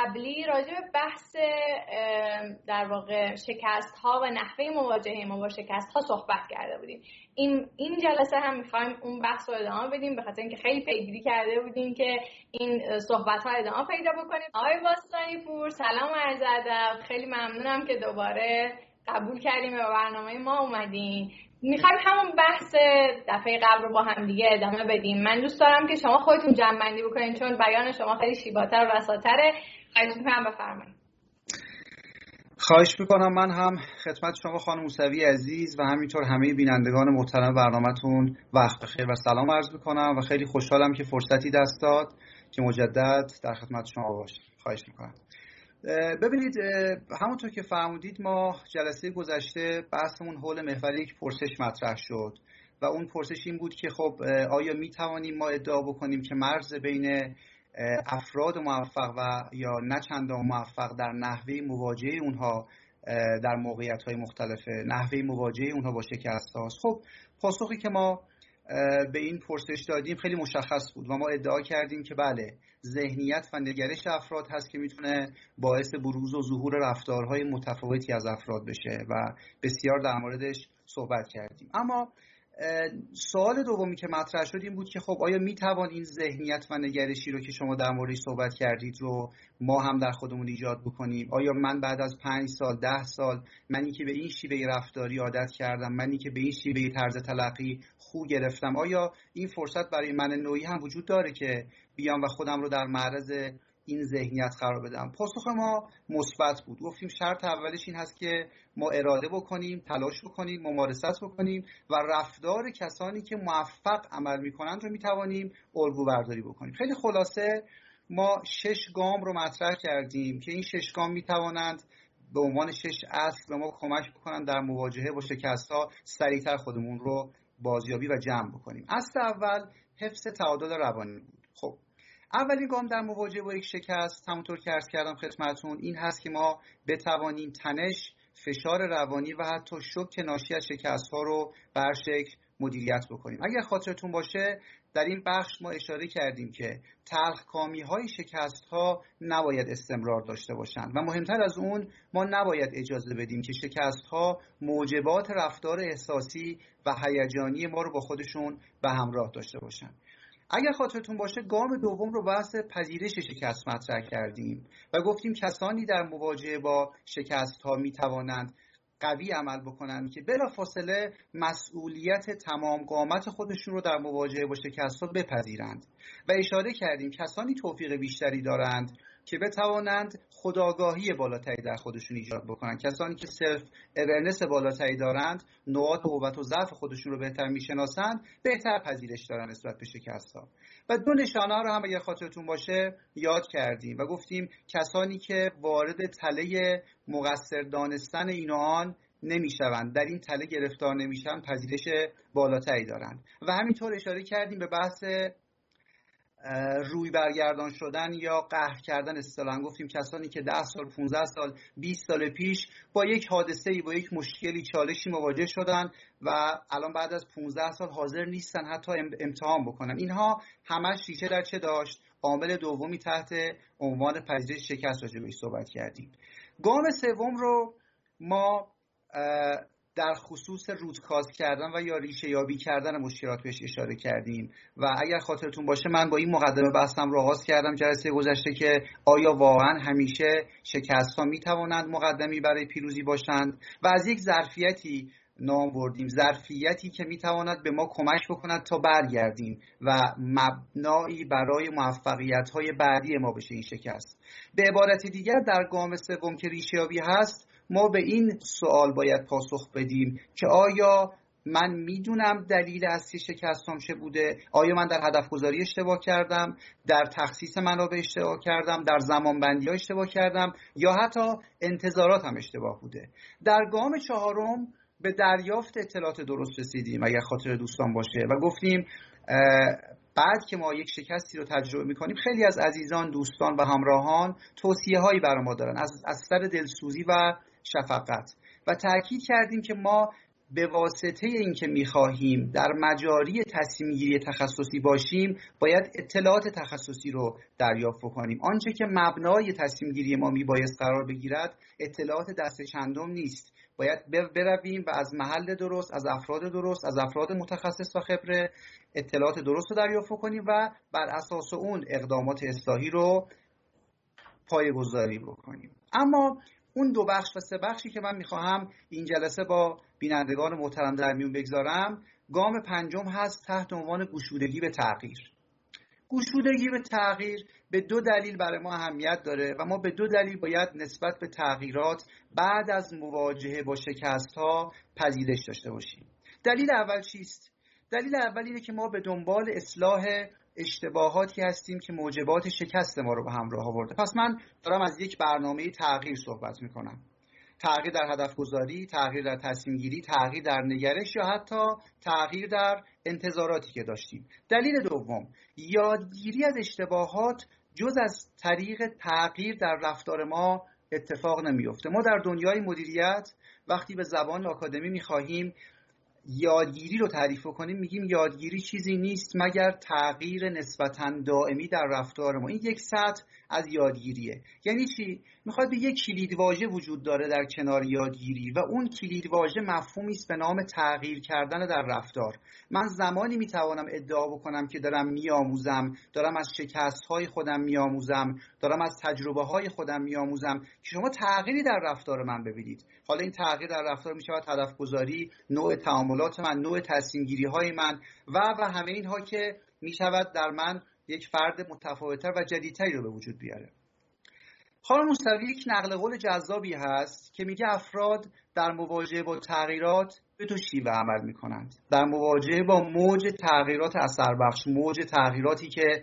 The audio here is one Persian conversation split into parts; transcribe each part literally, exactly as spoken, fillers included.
قبلی راجع به بحث در واقع شکست ها و نحوه مواجهه ما با شکست ها صحبت کرده بودیم. این این جلسه هم میخوایم اون بحث رو ادامه بدیم، به خاطر اینکه خیلی پیگیری کرده بودیم که این صحبت ها ادامه پیدا بکنیم. آقای باستانی پور سلام و عرض ادب، خیلی ممنونم که دوباره قبول کردیم و برنامه ما اومدین. میخوایم همون بحث دفعه قبل رو با هم دیگه ادامه بدیم. من دوست دارم که شما خودتون جمع‌بندی بکنین چون بیان شما خیلی شیواتر و وساتره. خواهش می‌کنم بفرمایید. خواهش می‌کنم. من هم خدمت شما خانم موسوی عزیز و همینطور همه بینندگان محترم برنامه‌تون وقت بخیر و سلام عرض می‌کنم و خیلی خوشحالم که فرصتی دست داد که مجدد در خدمت شما باشم. خواهش می‌کنم. ببینید، همونطور که فرمودید ما جلسه گذشته بحثمون حول محور یک پرسش مطرح شد و اون پرسش این بود که خب آیا می توانیم ما ادعا بکنیم که مرز بین افراد موفق و یا نه چندان موفق در نحوه مواجهه اونها در موقعیت‌های مختلفه، نحوه مواجهه اونها با شکست هاست؟ خب پاسخی که ما به این پرسش دادیم خیلی مشخص بود و ما ادعا کردیم که بله، ذهنیت و نگرش افراد هست که میتونه باعث بروز و ظهور رفتارهای متفاوتی از افراد بشه و بسیار در موردش صحبت کردیم. اما سوال دومی که مطرح شد این بود که خب آیا میتوان این ذهنیت و نگرشی رو که شما در موردش صحبت کردید رو ما هم در خودمون ایجاد بکنیم؟ آیا من بعد از پنج سال، ده سال، منی که به این شیوه رفتاری عادت کردم، منی که به این شیوه طرز تلقی خو گرفتم، آیا این فرصت برای من نوعی هم وجود داره که بیام و خودم رو در معرض این ذهنیت قرار بدم؟ پاسخ ما مثبت بود. گفتیم شرط اولش این هست که ما اراده بکنیم، تلاش بکنیم، ممارست بکنیم و رفتار کسانی که موفق عمل میکنند رو میتوانیم الگو برداری بکنیم. خیلی خلاصه ما شش گام رو مطرح کردیم که این شش گام میتوانند به عنوان شش اصل به ما کمک بکنن در مواجهه با شکست‌ها سریعتر خودمون رو بازیابی و جمع بکنیم. اصل اول حفظ تعادل روانی بود. خب اولین گام در مواجهه با یک شکست، همونطور که عرض کردم خدمتتون، این هست که ما بتوانیم تنش، فشار روانی و حتی شوک ناشی از شکست‌ها رو به هر شکل مدیریت بکنیم. اگر خاطرتون باشه در این بخش ما اشاره کردیم که تلخکامی‌های شکست‌ها نباید استمرار داشته باشند و مهمتر از اون ما نباید اجازه بدیم که شکست‌ها موجبات رفتار احساسی و هیجانی ما رو با خودشون به همراه داشته باشند. اگر خاطرتون باشه گام دوم رو بحث پذیرش شکست مطرح کردیم و گفتیم کسانی در مواجهه با شکست‌ها می‌توانند قوی عمل بکنن که بلافاصله مسئولیت تمام قامت خودشون رو در مواجهه با شکست‌ها بپذیرند و اشاره کردیم کسانی توفیق بیشتری دارند که بتوانند خودآگاهی بالاتری در خودشون ایجاد بکنن. کسانی که سلف اورننس بالاتری دارند، نقاط قوت و ضعف خودشون رو بهتر میشناسند، بهتر پذیرش دارن نسبت به شکست‌ها. و دو نشانه رو هم اگر خاطرتون باشه یاد کردیم و گفتیم کسانی که وارد تله مقصر دانستن این و آن نمیشوند، در این تله گرفتار نمیشن، پذیرش بالاتری دارند. و همینطور اشاره کردیم به بحث روی برگردان شدن یا قهر کردن. اصطلاحاً گفتیم کسانی که ده سال، پانزده سال، بیست سال پیش با یک حادثه‌ای، با یک مشکلی، چالشی مواجه شدن و الان بعد از پانزده سال حاضر نیستن حتی امتحان بکنن. اینها همش ریشه در چه داشت؟ عامل دومی تحت عنوان پذیرش شکست راجع بهش صحبت کردیم. گام سوم رو ما در خصوص روتکاز کردن و یا ریشه یابی کردن مشکلات بهش اشاره کردیم و اگر خاطرتون باشه من با این مقدمه بحثم رو آغاز کردم جلسه گذشته که آیا واقعا همیشه شکست‌ها میتوانند مقدمی برای پیروزی باشند و از یک ظرفیتی نام بردیم، ظرفیتی که میتواند به ما کمک بکند تا برگردیم و مبنایی برای موفقیت‌های بعدی ما بشه این شکست. به عبارت دیگر در گام سوم که ریشه یابی هست ما به این سوال باید پاسخ بدیم که آیا من میدونم دلیل اصلی شکستم چه بوده؟ آیا من در هدف گذاری اشتباه کردم؟ در تخصیص منابع اشتباه کردم؟ در زمان بندی ها اشتباه کردم؟ یا حتی انتظاراتم اشتباه بوده؟ در گام چهارم به دریافت اطلاعات درست رسیدیم اگر خاطر دوستان باشه و گفتیم بعد که ما یک شکستی رو تجربه میکنیم خیلی از عزیزان، دوستان و همراهان توصیه هایی برای ما دارن از از سر دلسوزی و شفقت و تاکید کردیم که ما به واسطه اینکه میخواهیم در مجاری تصمیم گیری تخصصی باشیم باید اطلاعات تخصصی رو دریافت کنیم. آنچه که مبنای تصمیم گیری ما میبایست قرار بگیرد اطلاعات دست چندم نیست. باید برویم و از محل درست، از افراد درست، از افراد متخصص و خبره اطلاعات درست رو دریافت کنیم و بر اساس اون اقدامات اصلاحی رو پایه‌گذاری بکنیم. اما اون دو بخش و سه بخشی که من میخواهم این جلسه با بینندگان محترم در میون بگذارم، گام پنجم هست تحت عنوان گشودگی به تغییر. گشودگی به تغییر به دو دلیل برای ما اهمیت داره و ما به دو دلیل باید نسبت به تغییرات بعد از مواجهه با شکست‌ها پذیرش داشته باشیم. دلیل اول چیست؟ دلیل اول اینه که ما به دنبال اصلاح اشتباهاتی هستیم که موجبات شکست ما رو به همراه آورده. پس من دارم از یک برنامه تغییر صحبت میکنم. تغییر در هدف گذاری، تغییر در تصمیم گیری، تغییر در نگرش یا حتی تغییر در انتظاراتی که داشتیم. دلیل دوم، یادگیری از اشتباهات جز از طریق تغییر در رفتار ما اتفاق نمیفته. ما در دنیای مدیریت وقتی به زبان آکادمی میخواهیم یادگیری رو تعریف کنیم میگیم یادگیری چیزی نیست مگر تغییر نسبتاً دائمی در رفتار ما. این یک سطح از یادگیریه. یعنی چی؟ میخواد به یک کلیدواژه وجود داره در کنار یادگیری و اون کلیدواژه مفهومی است به نام تغییر کردن در رفتار. من زمانی میتوانم ادعا بکنم که دارم میآموزم، دارم از شکست‌های خودم میآموزم، دارم از تجربه‌های خودم میآموزم که شما تغییری در رفتار من ببینید. حالا این تغییر در رفتار میشود هدف گذاری، نوع تعاملات من، نوع تصمیم گیری های من و و همه اینها که میشود در من یک فرد متفاوت‌تر و جدیدتری رو به وجود بیاره. خانم موسوی یک نقل قول جذابی هست که میگه افراد در مواجهه با تغییرات به دو شیوه عمل میکنند. در مواجهه با موج تغییرات اثر بخش، موج تغییراتی که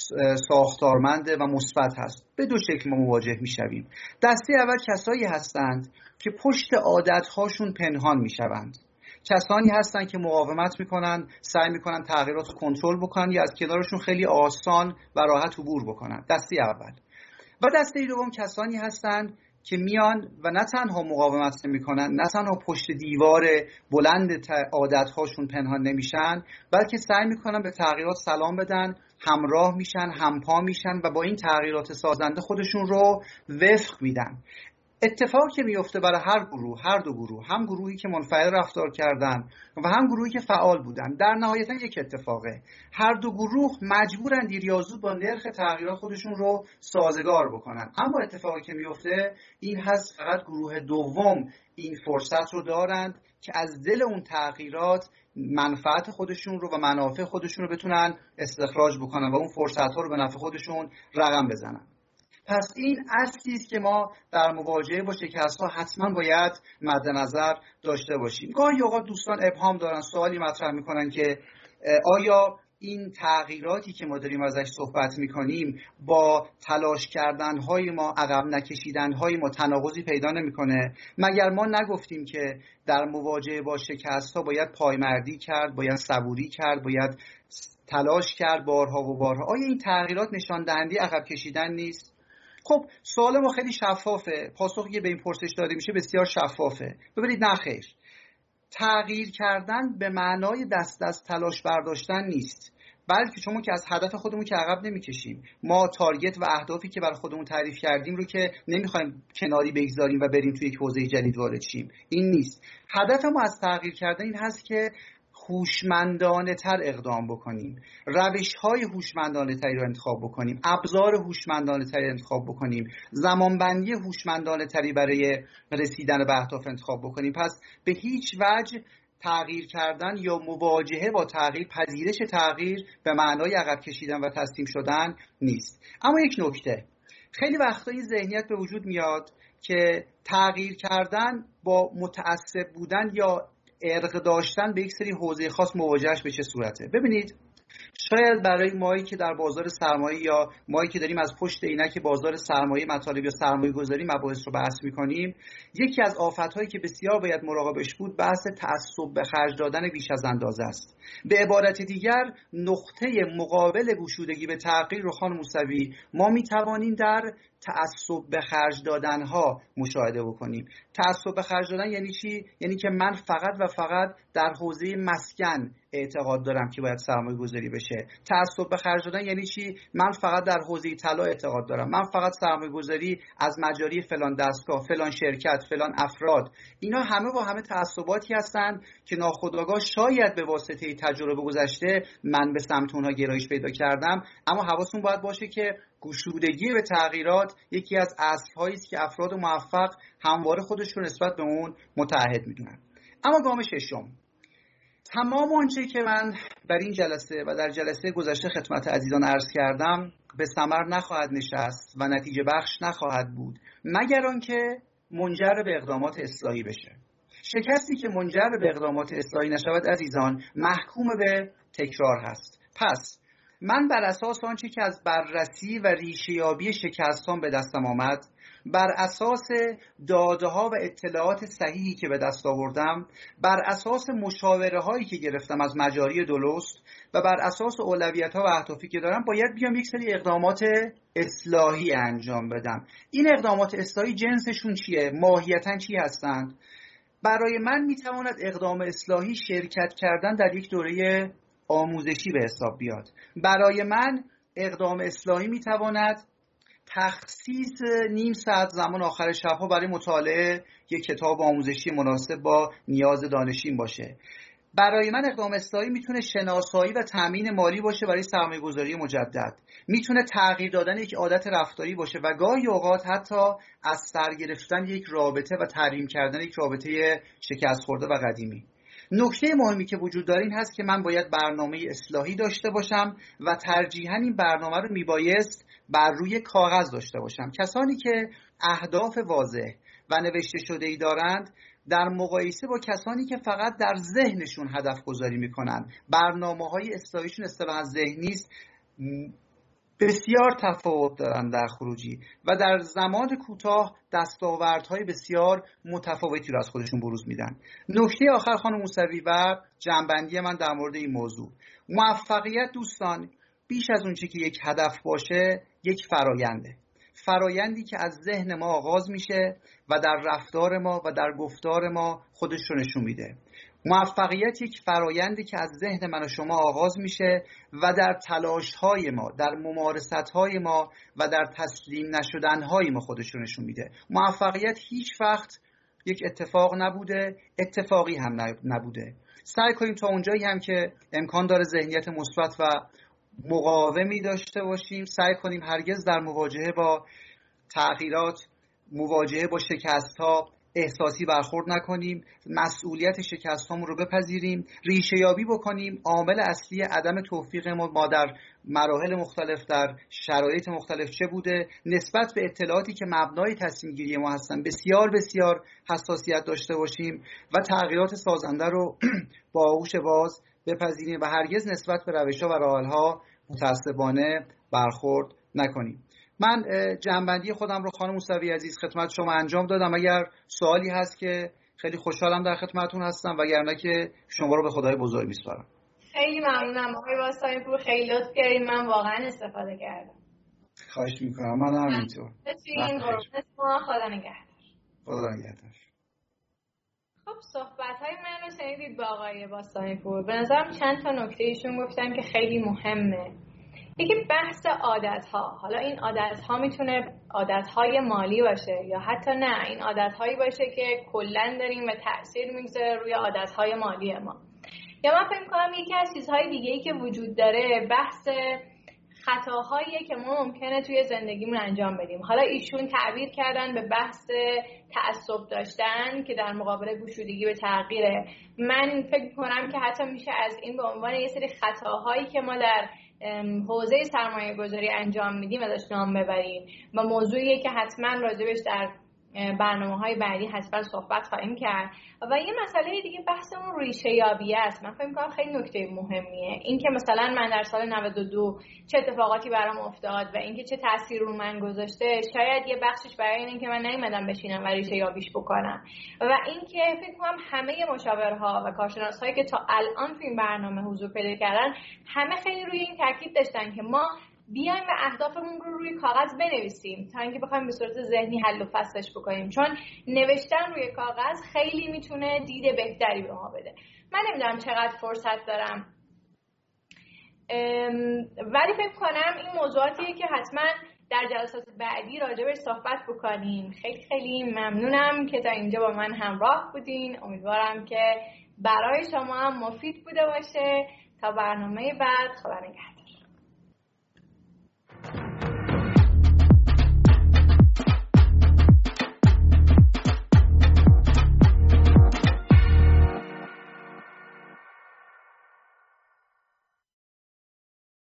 ساختارمنده و مثبت هست، به دو شکل ما مواجه میشویم. دسته اول کسایی هستند که پشت عادت‌هاشون پنهان میشوند. کسانی هستند که مقاومت میکنن، سعی میکنن تغییرات رو کنترل بکنن یا از کنارشون خیلی آسان و راحت عبور بکنن. دسته اول. و دسته دوم کسانی هستند که میان و نه تنها مقاومت نمیکنن، نه تنها پشت دیوار بلند عادت‌هاشون پنهان نمیشن، بلکه سعی میکنن به تغییرات سلام بدن، همراه میشن، همپا میشن و با این تغییرات سازنده خودشون رو وفق میدن. اتفاقی که میفته برای هر گروه، هر دو گروه، هم گروهی که منفعل رفتار کردن و هم گروهی که فعال بودن، در نهایتا یک اتفاقه. هر دو گروه مجبورن دیر یا زود با نرخ تغییرات خودشون رو سازگار بکنن. اما اتفاقی که میفته این هست فقط گروه دوم این فرصت رو دارند که از دل اون تغییرات منفعت خودشون رو و منافع خودشون رو بتونن استخراج بکنن و اون فرصت ها رو به نفع خودشون رقم بزنن. پس این اصلی است که ما در مواجهه با شکست‌ها حتما باید مد نظر داشته باشیم. گاهی اوقات دوستان ابهام دارن، سوالی مطرح میکنن که آیا این تغییراتی که ما داریم ازش صحبت میکنیم با تلاش کردن‌های ما، عقب نکشیدن‌های ما تناقضی پیدا نمیکنه؟ مگر ما نگفتیم که در مواجهه با شکست‌ها باید پایمردی کرد، باید صبوری کرد، باید تلاش کرد بارها و بارها؟ آیا این تغییرات نشان دهنده عقب کشیدن نیست؟ خب سوال ما خیلی شفافه، پاسخی که به این پرسش داده میشه بسیار شفافه. ببینید نه خیر، تغییر کردن به معنای دست از تلاش برداشتن نیست، بلکه چون ما که از هدف خودمون که عقب نمیکشیم، ما تارگت و اهدافی که برای خودمون تعریف کردیم رو که نمیخوایم کناری بگذاریم و بریم توی یک حوزه جدید وارد شیم. این نیست. هدف ما از تغییر کردن این هست که هوشمندانه تر اقدام بکنیم، روش های هوشمندانه تری رو انتخاب بکنیم، ابزار هوشمندانه تری انتخاب بکنیم، زمانبندی هوشمندانه تری برای رسیدن به اهداف انتخاب بکنیم. پس به هیچ وجه تغییر کردن یا مواجهه با تغییر، پذیرش تغییر به معنای عقب کشیدن و تسلیم شدن نیست. اما یک نکته، خیلی وقتا این ذهنیت به وجود میاد که تغییر کردن با متعصب بودن یا ارق داشتن به یک سری حوزه خاص مواجهش به چه صورته. ببینید شاید برای مایی که در بازار سرمایه یا مایی که داریم از پشت عینک بازار سرمایه مطالب یا سرمایه گذاری مباحث رو بحث میکنیم، یکی از آفت‌هایی که بسیار باید مراقبش بود بحث تعصب به خرج دادن بیش از اندازه است. به عبارت دیگر نقطه مقابل گشودگی به تغییر رو خانم موسوی ما میتوانیم در تعصب به خرج دادن ها مشاهده بکنیم. تعصب به خرج دادن یعنی چی؟ یعنی که من فقط و فقط در حوزه مسکن اعتقاد دارم که باید سرمایه گذاری بشه. تعصب به خرج دادن یعنی چی؟ من فقط در حوزه طلا اعتقاد دارم، من فقط سرمایه گذاری از مجاری فلان دستگاه، فلان شرکت، فلان افراد. اینا همه با همه تعصباتی هستن که ناخودآگاه شاید به واسطه تجربه گذشته من به سمت اونها گرایش پیدا کردم، اما حواستون باید باشه که گشودگی به تغییرات یکی از اصل‌هایی است که افراد موفق همواره خودشون نسبت به اون متعهد میدونن. اما گام ششم، تمام آنچه که من در این جلسه و در جلسه گذشته خدمت عزیزان عرض کردم به ثمر نخواهد نشست و نتیجه بخش نخواهد بود مگر آنکه منجر به اقدامات اصلاحی بشه. شکستی که منجر به اقدامات اصلاحی نشود عزیزان محکوم به تکرار هست. پس من بر اساس آنچه که از بررسی و ریشه‌یابی شکستان به دستم آمد، بر اساس داده‌ها و اطلاعات صحیحی که به دست آوردم، بر اساس مشاوره‌هایی که گرفتم از مجاری درست و بر اساس اولویت‌ها و اهدافی که دارم، باید بیام یک سری اقدامات اصلاحی انجام بدم. این اقدامات اصلاحی جنسشون چیه؟ ماهیتاً چی هستند؟ برای من میتواند اقدام اصلاحی شرکت کردن در یک دوره آموزشی به حساب بیاد. برای من اقدام اصلاحی میتواند تخصیص نیم ساعت زمان آخر شب‌ها برای مطالعه یک کتاب آموزشی مناسب با نیاز دانشین باشه. برای من اقدام اصلاحی میتونه شناسایی و تامین مالی باشه برای سرمایه‌گذاری مجدد، میتونه تغییر دادن یک عادت رفتاری باشه و گاهی اوقات حتی از سر گرفتن یک رابطه و تحریم کردن یک رابطه شکست خورده و قدیمی. نکته مهمی که وجود داره این هست که من باید برنامه اصلاحی داشته باشم و ترجیحاً این برنامه رو میبایست بر روی کاغذ داشته باشم. کسانی که اهداف واضح و نوشته شده‌ای دارند در مقایسه با کسانی که فقط در ذهنشون هدف گذاری میکنن، برنامه‌های اصلاحیشون اصطلاحاً ذهنی است، بسیار تفاوت دارن در خروجی و در زمان کوتاه دستاوردهای بسیار متفاوتی رو از خودشون بروز میدن. نکته آخر خانم موسوی و جنبندی من در مورد این موضوع، موفقیت دوستان بیش از اون چی که یک هدف باشه یک فراینده، فرایندی که از ذهن ما آغاز میشه و در رفتار ما و در گفتار ما خودش رو نشون میده. موفقیت یک فرایندی که از ذهن من و شما آغاز میشه و در تلاش‌های ما، در ممارست‌های ما و در تسلیم نشدن‌های ما خودش رو نشون میده. موفقیت هیچ وقت یک اتفاق نبوده، اتفاقی هم نبوده. سعی کنیم تا اونجایی هم که امکان داره ذهنیت مثبت و مقاومی داشته باشیم. سعی کنیم هرگز در مواجهه با تغییرات، مواجهه با شکست‌ها احساسی برخورد نکنیم، مسئولیت شکست‌هامون رو بپذیریم، ریشه یابی بکنیم عامل اصلی عدم توفیق ما ما در مراحل مختلف در شرایط مختلف چه بوده، نسبت به اطلاعاتی که مبنای تصمیم گیری ما هستن بسیار بسیار حساسیت داشته باشیم و تغییرات سازنده رو با آغوش باز بپذیریم و هرگز نسبت به روش‌ها و راه‌ها متعصبانه برخورد نکنیم. من جنبندی خودم رو خانم موسوی عزیز خدمت شما انجام دادم. اگر سوالی هست که خیلی خوشحالم در خدمتتون هستم، وگرنه که شما رو به خدای بزرگ میسپارم. خیلی ممنونم آقای باستانی پور، خیلی لطف کردین، من واقعا استفاده کردم. خواهش میکنم. من هم اینطور. خدا نگهدار. خدا نگهدار. خب صحبت‌های من رو شنیدید با آقای باستانی پور. به نظرم چند تا نکته ایشون گفتن که خیلی مهمه. یکی بحث عادت‌ها. حالا این عادت‌ها میتونه عادت‌های مالی باشه یا حتی نه، این عادت‌هایی باشه که کلاً داریم و تأثیر میگذاره روی عادت‌های مالی ما. یا من فکر می‌کنم یکی از چیزهای دیگه‌ای که وجود داره بحث خطاهایی که ما ممکنه توی زندگیمون انجام بدیم. حالا ایشون تعبیر کردن به بحث تعصب داشتن که در مقابل گشودگی به تغییره. من فکر کنم که حتی میشه از این به عنوان یه سری خطاهایی که ما در حوزه سرمایه گذاری انجام میدیم ازش نام ببریم و موضوعیه که حتما راجبش در برنامه‌های بعدی حتما صحبت خواهیم کرد. و یه مسئله دیگه بحثمون ریشه یابی است. من فکر می‌کنم خیلی نکته مهمیه این که مثلا من در سال نود و دو چه اتفاقاتی برام افتاد و اینکه چه تأثیری رو من گذاشته، شاید یه بخشش برای این که من نیومدم بشینم و ریشه یابیش بکنم و اینکه فکر کنم همه مشاورها و کارشناسایی که تا الان تو این برنامه حضور پیدا کردن همه خیلی روی این تاکید داشتن که ما بیایم و اهدافمون رو روی کاغذ بنویسیم تا اینکه بخوایم به صورت ذهنی حل و فصلش بکنیم، چون نوشتن روی کاغذ خیلی میتونه دید بهتری به ما بده. من نمیدونم چقدر فرصت دارم، ولی فکر کنم این موضوعاتیه که حتما در جلسات بعدی راجبش صحبت بکنیم. خیلی خیلی ممنونم که تا اینجا با من همراه بودین. امیدوارم که برای شما هم مفید بوده باشه. تا برنامه بعد، خدا نگهدار.